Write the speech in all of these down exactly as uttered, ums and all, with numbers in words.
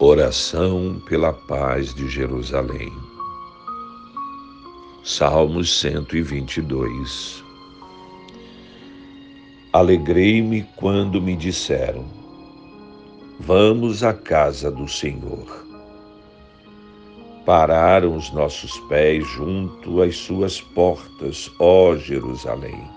Oração pela paz de Jerusalém. Salmos cento e vinte e dois. Alegrei-me quando me disseram: vamos à casa do Senhor. Pararam os nossos pés junto às suas portas, ó Jerusalém.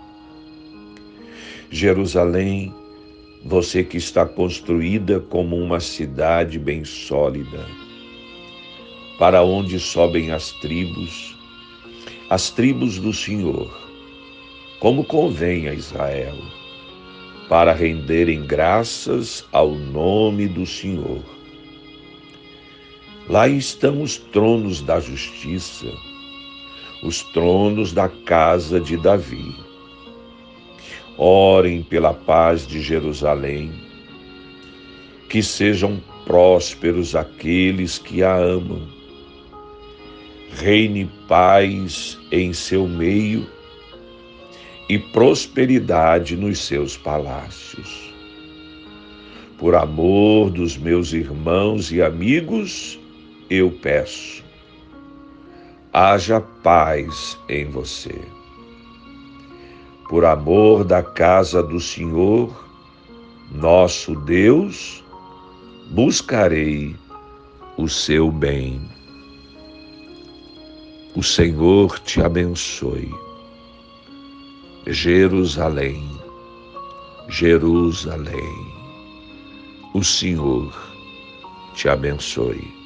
Jerusalém, você que está construída como uma cidade bem sólida, para onde sobem as tribos, as tribos do Senhor, como convém a Israel, para renderem graças ao nome do Senhor. Lá estão os tronos da justiça, os tronos da casa de Davi. Orem pela paz de Jerusalém, que sejam prósperos aqueles que a amam. Reine paz em seu meio e prosperidade nos seus palácios. Por amor dos meus irmãos e amigos, eu peço, haja paz em você. Por amor da casa do Senhor, nosso Deus, buscarei o seu bem. O Senhor te abençoe. Jerusalém, Jerusalém, o Senhor te abençoe.